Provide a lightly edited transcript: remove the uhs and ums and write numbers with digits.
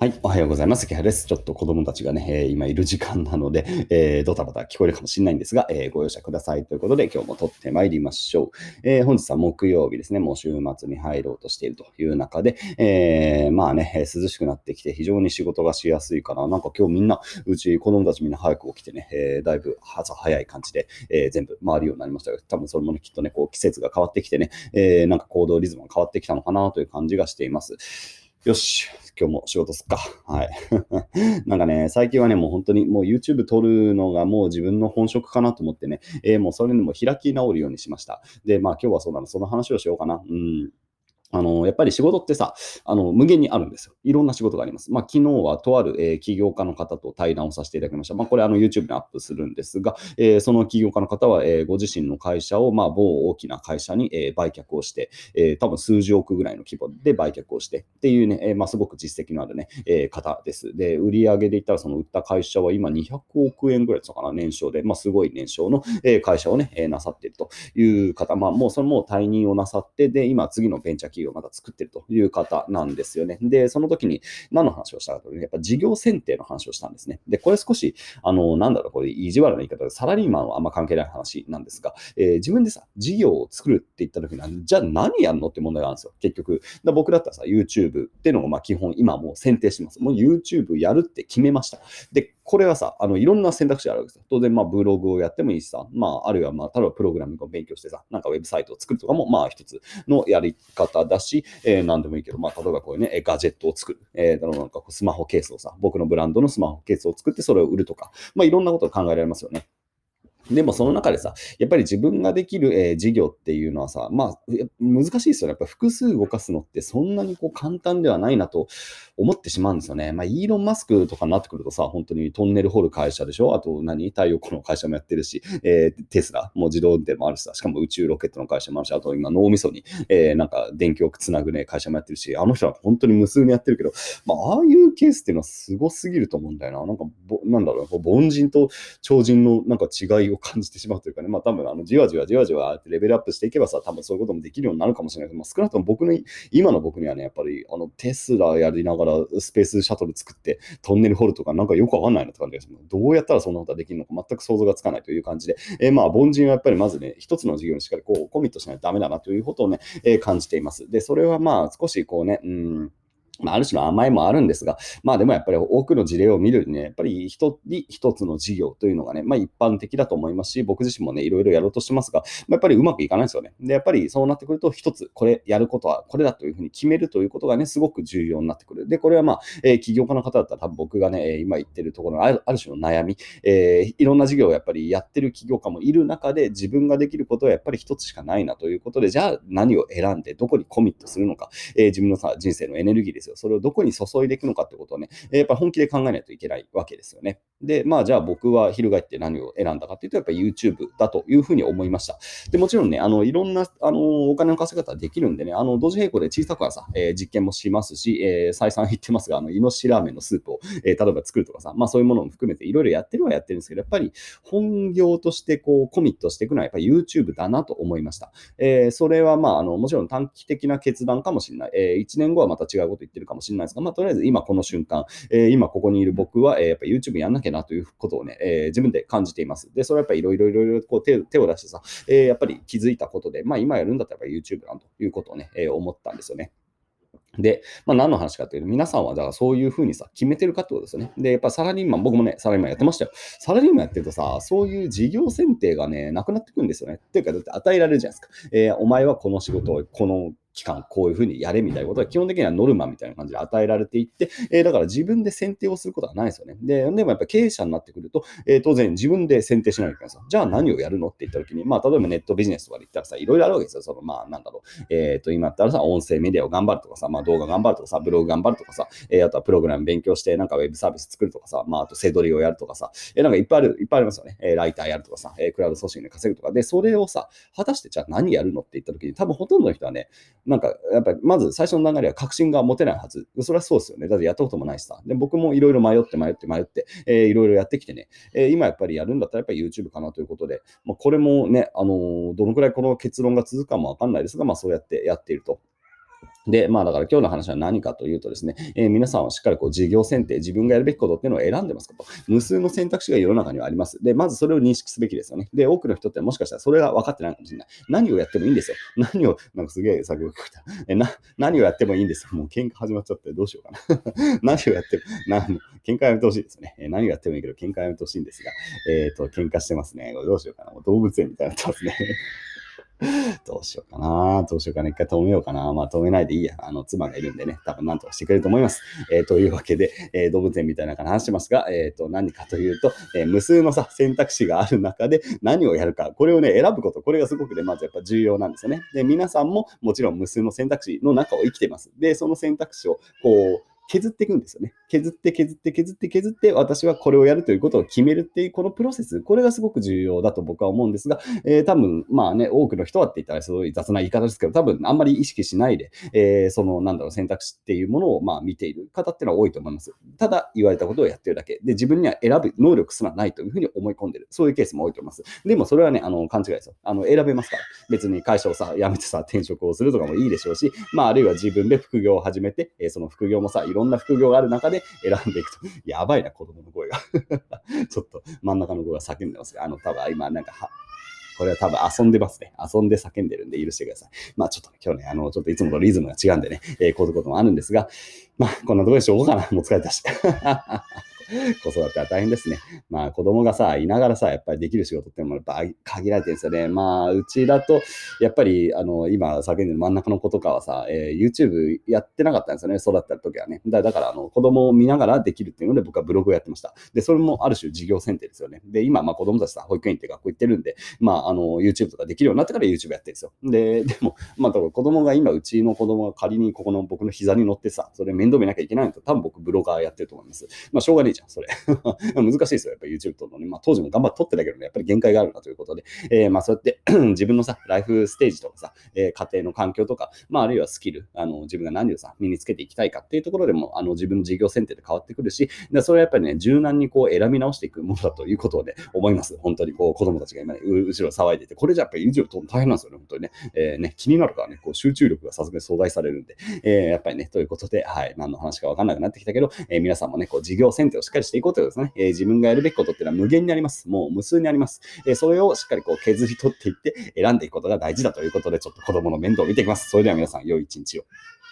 はい、おはようございます。関原です。ちょっと子供たちがね、今いる時間なので、ドタバタ聞こえるかもしれないんですが、ご容赦くださいということで、今日も撮ってまいりましょう。本日は木曜日ですね。もう週末に入ろうとしているという中で、まあね、涼しくなってきて非常に仕事がしやすいかな。なんか今日みんな、うち子供たちみんな早く起きてね、だいぶ朝早い感じで、全部回るようになりましたが、多分それもね、きっとね、こう季節が変わってきてね、なんか行動リズムが変わってきたのかなという感じがしています。よし、今日も仕事すっか。はい。なんかね、最近はね、もう本当にもう YouTube 撮るのがもう自分の本職かなと思ってね、もうそれにも開き直るようにしました。で、まあ今日はそうなの、その話をしようかな。やっぱり仕事ってさ、無限にあるんですよ。いろんな仕事があります。まあ、昨日はとある、起業家の方と対談をさせていただきました。まあ、これYouTube にアップするんですが、その起業家の方は、ご自身の会社を、まあ、某大きな会社に、売却をして、多分数十億ぐらいの規模で売却をしてっていうね、まあ、すごく実績のあるね、方です。で、売上で言ったら、その売った会社は今200億円ぐらいですかな、年商で、まあ、すごい年商の、会社をね、なさっているという方、まあ、もうそれも退任をなさって、で、今次のベンチャー企業をまた作っているという方なんですよね。で、その時に何の話をしたかというと、やっぱ事業選定の話をしたんですね。で、これ少し、これ意地悪な言い方で、サラリーマンはあんま関係ない話なんですが、自分でさ、事業を作るって言った時に、じゃあ何やんのって問題があるんですよ、結局。僕だったらさ、YouTube っていうのがまあ基本今もう選定してます。もう YouTube やるって決めました。で、これはさ、いろんな選択肢あるわけですよ。当然、まあ、ブログをやってもいいしさ、まあ、あるいは、まあ、例えばプログラミングを勉強してさ、なんかウェブサイトを作るとかも、まあ、一つのやり方だし、何でもいいけど、まあ、例えばこういうね、ガジェットを作る。なんかスマホケースをさ、僕のブランドのスマホケースを作ってそれを売るとか、まあ、いろんなことが考えられますよね。でもその中でさ、やっぱり自分ができる、事業っていうのはさ、まあ、難しいですよね。やっぱ複数動かすのってそんなにこう簡単ではないなと思ってしまうんですよね。まあ、イーロン・マスクとかになってくるとさ、本当にトンネル掘る会社でしょ。あと太陽光の会社もやってるし、テスラ、もう自動運転もあるしさ、しかも宇宙ロケットの会社もあるし、あと今脳みそに、なんか電気をつなぐね、会社もやってるし、あの人は本当に無数にやってるけど、まあ、ああいうケースっていうのはすごすぎると思うんだよな。なんか、なんだろう、こう凡人と超人のなんか違いを感じてしまうというかね、まあ多分じわじわってレベルアップしていけばさ、多分そういうこともできるようになるかもしれないけど、まあ、少なくとも今の僕にはね、やっぱりテスラやりながらスペースシャトル作ってトンネル掘るとかなんかよくわかんないなって感じです。どうやったらそんなことができるのか全く想像がつかないという感じで、まあ凡人はやっぱりまずね、一つの事業にしっかりこうコミットしないとダメだなということをね、感じています。で、それはまあ少しこうね、まあ、ある種の甘えもあるんですが、まあでもやっぱり多くの事例を見るにね、やっぱり一人一つの事業というのがね、まあ一般的だと思いますし、僕自身もね、いろいろやろうとしてますが、まあ、やっぱりうまくいかないですよね。で、やっぱりそうなってくると、一つ、これやることはこれだというふうに決めるということがね、すごく重要になってくる。で、これはまあ、起業家の方だったら多分僕がね、今言ってるところのある種の悩み、いろんな事業をやっぱりやってる起業家もいる中で、自分ができることはやっぱり一つしかないなということで、じゃあ何を選んで、どこにコミットするのか、自分のさ、人生のエネルギーですよ。それをどこに注いでいくのかってことをね、やっぱ本気で考えないといけないわけですよね。で、まあ、じゃあ僕は翻って何を選んだかっていうと、やっぱり YouTube だというふうに思いました。で、もちろんね、いろんな、お金の稼ぎ方できるんでね、同時並行で小さくはさ、実験もしますし、再三言ってますが、イノシシラーメンのスープを、例えば作るとかさ、まあそういうものも含めていろいろやってるはやってるんですけど、やっぱり本業としてこうコミットしていくのはやっぱり YouTube だなと思いました。それはまあ、もちろん短期的な決断かもしれない。1年後はまた違うこと言ってるかもしれないですが、まあ、とりあえず今この瞬間、今ここにいる僕は、やっぱ YouTube やんなきゃなということをね、自分で感じています。で、それはやっぱりいろいろこう手を出してさ、やっぱり気づいたことで、まあ今やるんだったらやっぱ YouTube なんということをね、思ったんですよね。で、まあ、何の話かというと、皆さんはだからそういうふうにさ、決めてるかってことですよね。で、やっぱサラリーマン、僕もね、サラリーマンやってましたよ。サラリーマンやってるとさ、そういう事業選定がね、なくなってくるんですよね。っていうか、だって与えられるじゃないですか。お前はこの仕事を、この期間、こういうふうにやれみたいなことは、基本的にはノルマみたいな感じで与えられていって、だから自分で選定をすることはないですよね。でもやっぱ経営者になってくると、当然自分で選定しないといけないですよ。じゃあ何をやるのって言ったときに、まあ、例えばネットビジネスとかで言ったらさ、いろいろあるわけですよ。その、まあ、なんだろう。今だったらさ、音声メディアを頑張るとかさ、まあ、動画頑張るとかさ、ブログ頑張るとかさ、あとはプログラム勉強して、なんかウェブサービス作るとかさ、まあ、あと、セドリをやるとかさ、なんかいっぱいありますよね。ライターやるとかさ、クラウドソーシングで稼ぐとか。で、それをさ、果たしてじゃあ何やるのって言った時に、多分ほとんどの人はね、なんか、やっぱり、まず最初の流れは確信が持てないはず。それはそうですよね。だってやったこともないしさ。で、僕もいろいろ迷って、いろいろやってきてね、今やっぱりやるんだったらやっぱり YouTube かなということで、まあ、これもね、どのくらいこの結論が続くかもわかんないですが、まあ、そうやってやっていると。 で、だから今日の話は何かというとですね、皆さんはしっかり事業選定、自分がやるべきことっていうのを選んでますかと。無数の選択肢が世の中にはあります。で、まずそれを認識すべきですよね。で、多くの人ってもしかしたらそれが分かってないかもしれない。何をやってもいいんですよ。何を、なんかすげえ先ほど聞こえた。何をやってもいいんですよ。もう喧嘩始まっちゃってどうしようかな。何をやっても、喧嘩やめてほしいですね。何をやってもいいけど喧嘩やめてほしいんですが、喧嘩してますね。これどうしようかな。もう動物園みたいになってますね。どうしようかな。どうしようかな。一回止めようかな。止めないでいいや。妻がいるんでね、多分何とかしてくれると思います。というわけで、動物園みたいな感じで話してますが、何かというと、無数の選択肢がある中で何をやるか、これをね、選ぶこと、これがすごくね、まずやっぱ重要なんですよね。で、皆さんももちろん無数の選択肢の中を生きています。で、その選択肢を削っていくんですよね。削って、私はこれをやるということを決めるっていう、このプロセス、これがすごく重要だと僕は思うんですが、多分、多くの人はって言ったらすごい雑な言い方ですけど、多分あんまり意識しないで、選択肢っていうものを、見ている方っていうのは多いと思います。ただ、言われたことをやってるだけ。で、自分には選ぶ能力すらないというふうに思い込んでる。そういうケースも多いと思います。でも、それはね、勘違いですよ。選べますから。別に会社を辞めて転職をするとかもいいでしょうし、あるいは自分で副業を始めて、その副業もいろんな副業がある中で選んでいくと。やばいな、子供の声が。ちょっと真ん中の子が叫んでますが、多分今、これは多分遊んでますね。遊んで叫んでるんで許してください。ちょっとね、今日ね、ちょっといつもとリズムが違うんでね、こういうこともあるんですが、こんなところでしょうかな。もう疲れたし。子育ては大変ですね。子供がいながらやっぱりできる仕事っていうのもやっぱ限られてるんですよね。うちだと、やっぱり、今叫んでる真ん中の子とかはYouTube やってなかったんですよね。育ってた時はね。だから、子供を見ながらできるっていうので、僕はブログをやってました。で、それもある種事業選定ですよね。で、今、子供たち保育園って学校行ってるんで、YouTube とかできるようになってから YouTube やってるんですよ。でも、だから子供が今、うちの子供が仮にここの僕の膝に乗ってそれ面倒見なきゃいけないのと、多分僕ブロガーやってると思います。しょうがねえじゃん、それ。難しいですよ、やっぱり YouTube 撮るのね。当時も頑張って撮ってたけどね、やっぱり限界があるなということで、そうやって自分のライフステージとか家庭の環境とか、あるいはスキル、自分が何を身につけていきたいかっていうところでも、自分の事業選定で変わってくるし、それはやっぱりね、柔軟に選び直していくものだということをね、思います。本当に子供たちが今ね、後ろ騒いでいて、これじゃやっぱり YouTube 撮るの大変なんですよね、本当にね。気になるからね、集中力がさすがに阻害されるんで、やっぱりね、ということで、はい、何の話か分かんなくなってきたけど、皆さんもね、事業選定をしっかりしていこうということですね。自分がやるべきことっていうのは無限にあります。もう無数にあります。それをしっかり削り取っていって選んでいくことが大事だということで、ちょっと子供の面倒を見ていきます。それでは皆さん、良い一日を。